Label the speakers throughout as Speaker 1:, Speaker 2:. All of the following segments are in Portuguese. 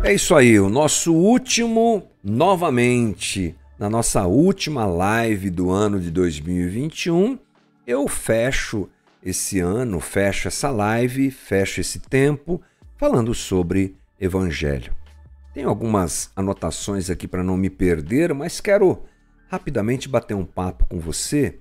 Speaker 1: É isso aí, o nosso último, novamente, na nossa última live do ano de 2021, eu fecho esse ano, fecho essa live, fecho esse tempo, falando sobre Evangelho. Tenho algumas anotações aqui para não me perder, mas quero rapidamente bater um papo com você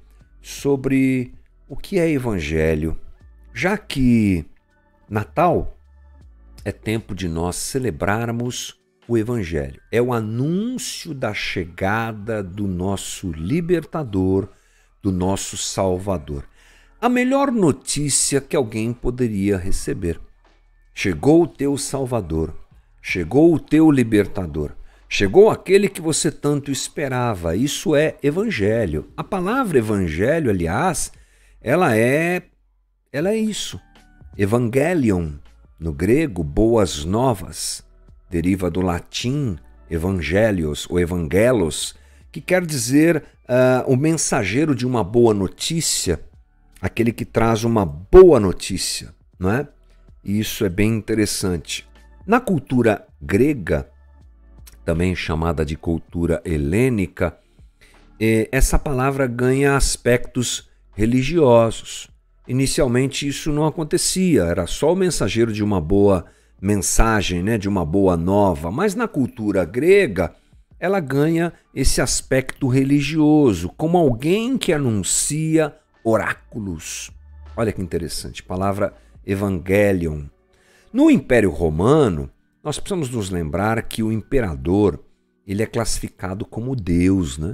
Speaker 1: sobre o que é Evangelho, já que Natal é tempo de nós celebrarmos o Evangelho. É o anúncio da chegada do nosso libertador, do nosso Salvador. A melhor notícia que alguém poderia receber. Chegou o teu Salvador, chegou o teu libertador, chegou aquele que você tanto esperava. Isso é Evangelho. A palavra Evangelho, aliás, ela é isso. Evangelion. No grego, boas novas, deriva do latim evangelios ou evangelos, que quer dizer o mensageiro de uma boa notícia, aquele que traz uma boa notícia, não é? E isso é bem interessante. Na cultura grega, também chamada de cultura helênica, essa palavra ganha aspectos religiosos. Inicialmente isso não acontecia, era só o mensageiro de uma boa mensagem, né, de uma boa nova, mas na cultura grega ela ganha esse aspecto religioso, como alguém que anuncia oráculos. Olha que interessante, palavra evangelion. No Império Romano, nós precisamos nos lembrar que o imperador ele é classificado como Deus, né?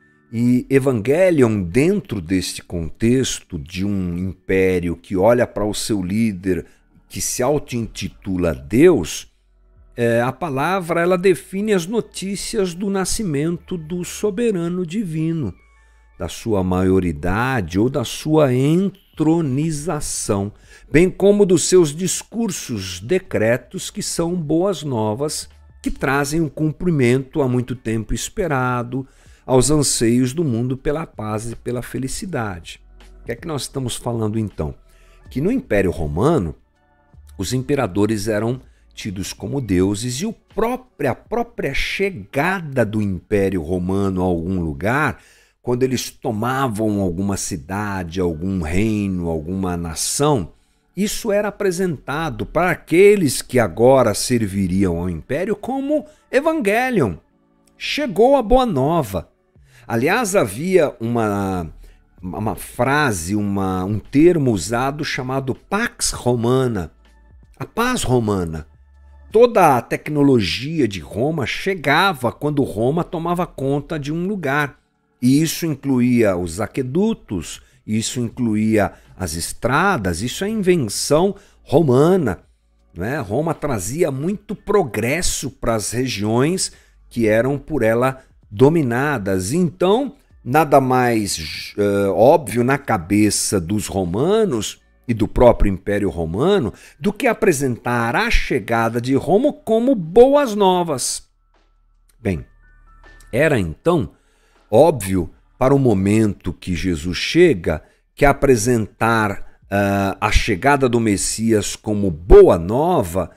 Speaker 1: E Evangelion, dentro deste contexto de um império que olha para o seu líder, que se auto-intitula Deus, a palavra ela define as notícias do nascimento do soberano divino, da sua maioridade ou da sua entronização, bem como dos seus discursos, decretos que são boas novas, que trazem um cumprimento há muito tempo esperado, aos anseios do mundo pela paz e pela felicidade. O que é que nós estamos falando então? Que no Império Romano, os imperadores eram tidos como deuses e a própria chegada do Império Romano a algum lugar, quando eles tomavam alguma cidade, algum reino, alguma nação, isso era apresentado para aqueles que agora serviriam ao Império como Evangelion. Chegou a boa nova. Aliás, havia uma frase, um termo usado chamado Pax Romana, a paz romana. Toda a tecnologia de Roma chegava quando Roma tomava conta de um lugar. E isso incluía os aquedutos, isso incluía as estradas, isso é invenção romana, né? Roma trazia muito progresso para as regiões que eram por ela dominadas. Então, nada mais óbvio na cabeça dos romanos e do próprio Império Romano do que apresentar a chegada de Roma como boas novas. Bem, era então óbvio para o momento que Jesus chega que apresentar a chegada do Messias como boa nova,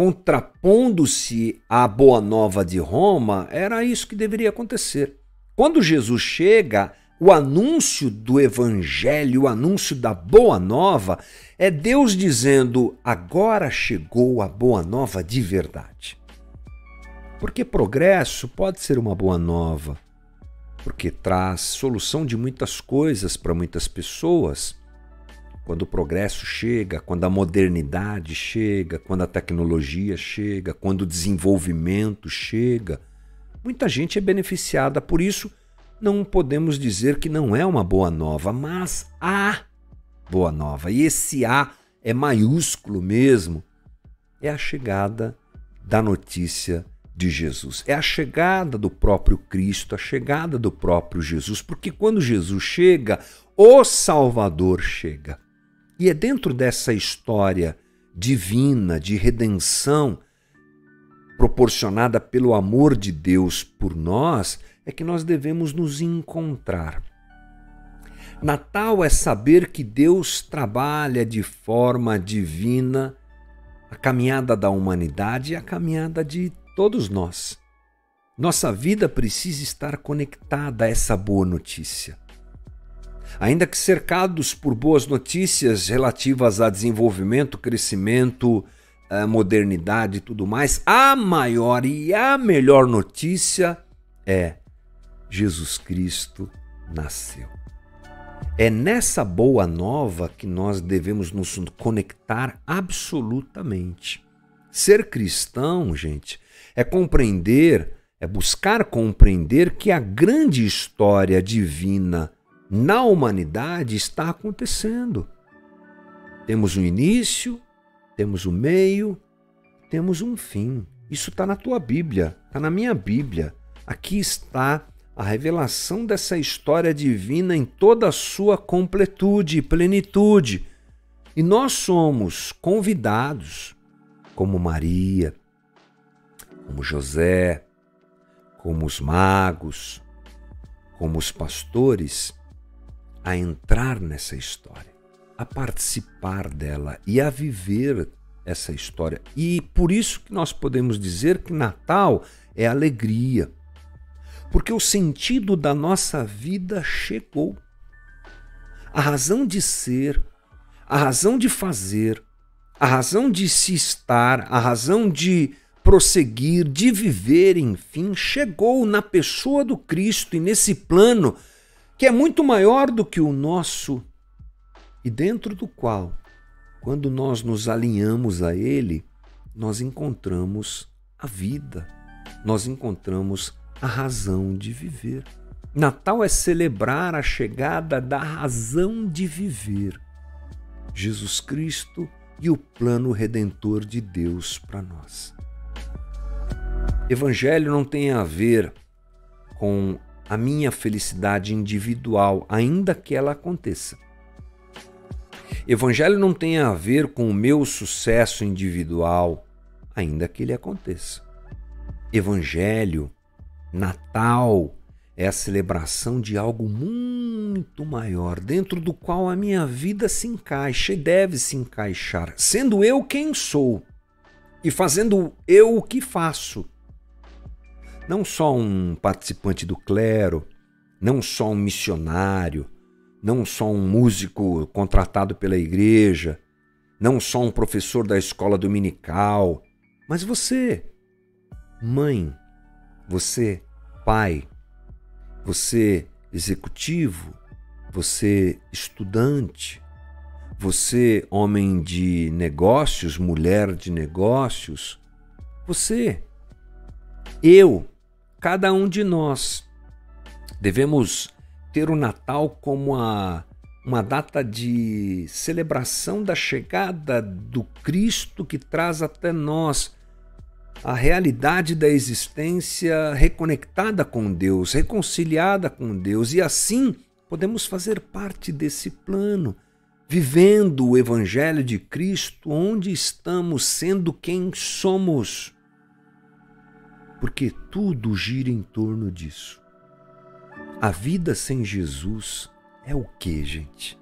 Speaker 1: contrapondo-se à boa nova de Roma, era isso que deveria acontecer. Quando Jesus chega, o anúncio do Evangelho, o anúncio da boa nova, é Deus dizendo, agora chegou a boa nova de verdade. Porque progresso pode ser uma boa nova, porque traz solução de muitas coisas para muitas pessoas. Quando o progresso chega, quando a modernidade chega, quando a tecnologia chega, quando o desenvolvimento chega, muita gente é beneficiada. Por isso, não podemos dizer que não é uma boa nova, mas há boa nova. E esse A é maiúsculo mesmo. É a chegada da notícia de Jesus. É a chegada do próprio Cristo, a chegada do próprio Jesus. Porque quando Jesus chega, o Salvador chega. E é dentro dessa história divina de redenção proporcionada pelo amor de Deus por nós, é que nós devemos nos encontrar. Natal é saber que Deus trabalha de forma divina a caminhada da humanidade e a caminhada de todos nós. Nossa vida precisa estar conectada a essa boa notícia. Ainda que cercados por boas notícias relativas a desenvolvimento, crescimento, modernidade e tudo mais, a maior e a melhor notícia é: Jesus Cristo nasceu. É nessa boa nova que nós devemos nos conectar absolutamente. Ser cristão, gente, é compreender, é buscar compreender que a grande história divina na humanidade está acontecendo. Temos um início, temos um meio, temos um fim. Isso está na tua Bíblia, está na minha Bíblia. Aqui está a revelação dessa história divina em toda a sua completude e plenitude. E nós somos convidados, como Maria, como José, como os magos, como os pastores, a entrar nessa história, a participar dela e a viver essa história. E por isso que nós podemos dizer que Natal é alegria. Porque o sentido da nossa vida chegou. A razão de ser, a razão de fazer, a razão de se estar, a razão de prosseguir, de viver, enfim, chegou na pessoa do Cristo e nesse plano que é muito maior do que o nosso e dentro do qual, quando nós nos alinhamos a Ele, nós encontramos a vida, nós encontramos a razão de viver. Natal é celebrar a chegada da razão de viver, Jesus Cristo e o plano redentor de Deus para nós. Evangelho não tem a ver com a minha felicidade individual, ainda que ela aconteça. Evangelho não tem a ver com o meu sucesso individual, ainda que ele aconteça. Evangelho, Natal, é a celebração de algo muito maior, dentro do qual a minha vida se encaixa e deve se encaixar, sendo eu quem sou e fazendo eu o que faço. Não só um participante do clero, não só um missionário, não só um músico contratado pela igreja, não só um professor da escola dominical, mas você, mãe, você, pai, você, executivo, você, estudante, você, homem de negócios, mulher de negócios, você, eu, cada um de nós, devemos ter o Natal como uma data de celebração da chegada do Cristo que traz até nós a realidade da existência reconectada com Deus, reconciliada com Deus, e assim podemos fazer parte desse plano, vivendo o Evangelho de Cristo onde estamos, sendo quem somos. Porque tudo gira em torno disso. A vida sem Jesus é o quê, gente?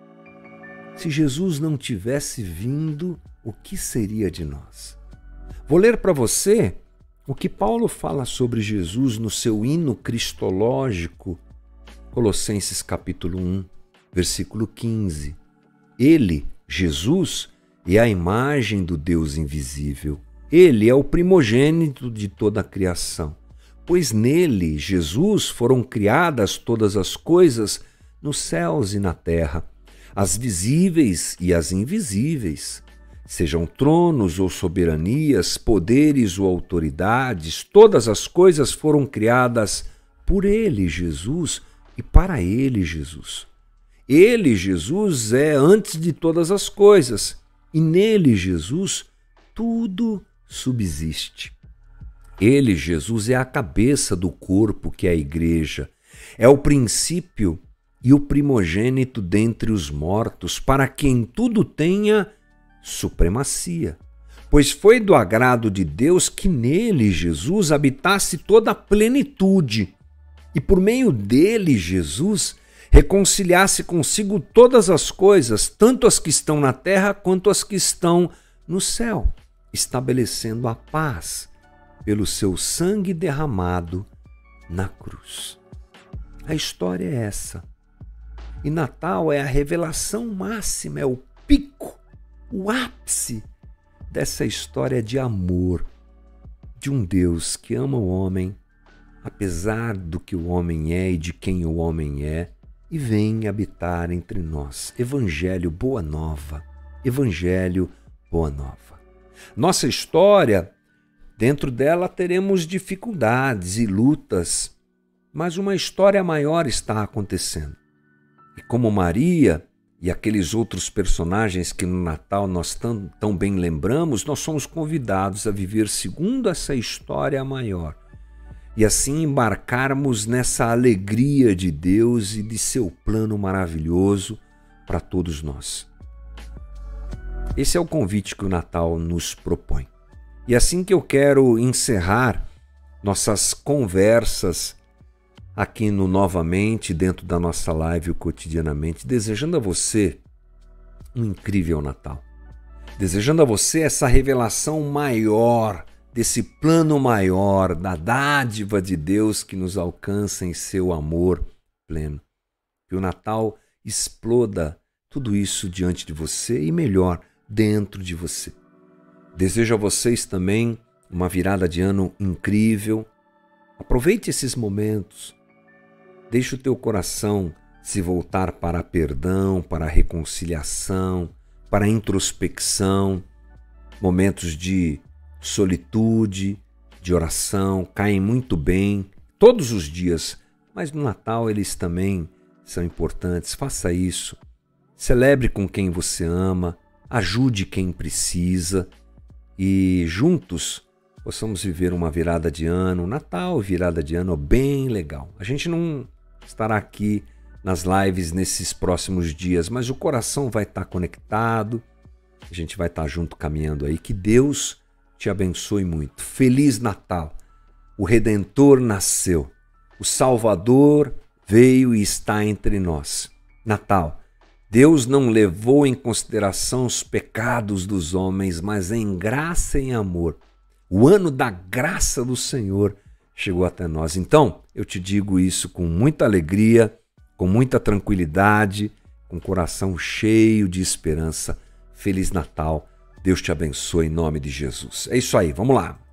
Speaker 1: Se Jesus não tivesse vindo, o que seria de nós? Vou ler para você o que Paulo fala sobre Jesus no seu hino cristológico, Colossenses capítulo 1, versículo 15. Ele, Jesus, é a imagem do Deus invisível. Ele é o primogênito de toda a criação, pois nele, Jesus, foram criadas todas as coisas nos céus e na terra, as visíveis e as invisíveis, sejam tronos ou soberanias, poderes ou autoridades, todas as coisas foram criadas por ele, Jesus, e para ele, Jesus. Ele, Jesus, é antes de todas as coisas, e nele, Jesus, tudo subsiste. Ele, Jesus, é a cabeça do corpo que é a igreja, é o princípio e o primogênito dentre os mortos, para quem tudo tenha supremacia. Pois foi do agrado de Deus que nele, Jesus, habitasse toda a plenitude, e por meio dele, Jesus, reconciliasse consigo todas as coisas, tanto as que estão na terra quanto as que estão no céu, estabelecendo a paz pelo seu sangue derramado na cruz. A história é essa. E Natal é a revelação máxima, é o pico, o ápice dessa história de amor de um Deus que ama o homem, apesar do que o homem é e de quem o homem é, e vem habitar entre nós. Evangelho Boa Nova. Evangelho Boa Nova. Nossa história, dentro dela teremos dificuldades e lutas, mas uma história maior está acontecendo. E como Maria e aqueles outros personagens que no Natal nós tão bem lembramos, nós somos convidados a viver segundo essa história maior e assim embarcarmos nessa alegria de Deus e de seu plano maravilhoso para todos nós. Esse é o convite que o Natal nos propõe. E assim que eu quero encerrar nossas conversas aqui no Novamente, dentro da nossa live, o Cotidianamente, desejando a você um incrível Natal. Desejando a você essa revelação maior, desse plano maior, da dádiva de Deus que nos alcança em seu amor pleno. Que o Natal exploda tudo isso diante de você e melhor, dentro de você. Desejo a vocês também uma virada de ano incrível. Aproveite esses momentos. Deixe o teu coração se voltar para perdão, para a reconciliação, para a introspecção. Momentos de solitude, de oração, caem muito bem todos os dias, mas no Natal eles também são importantes. Faça isso. Celebre com quem você ama, ajude quem precisa e juntos possamos viver uma virada de ano, Natal, virada de ano bem legal. A gente não estará aqui nas lives nesses próximos dias, mas o coração vai estar conectado, a gente vai estar junto caminhando aí. Que Deus te abençoe muito. Feliz Natal! O Redentor nasceu, o Salvador veio e está entre nós. Natal, Deus não levou em consideração os pecados dos homens, mas em graça e em amor. O ano da graça do Senhor chegou até nós. Então, eu te digo isso com muita alegria, com muita tranquilidade, com o coração cheio de esperança. Feliz Natal. Deus te abençoe em nome de Jesus. É isso aí, vamos lá.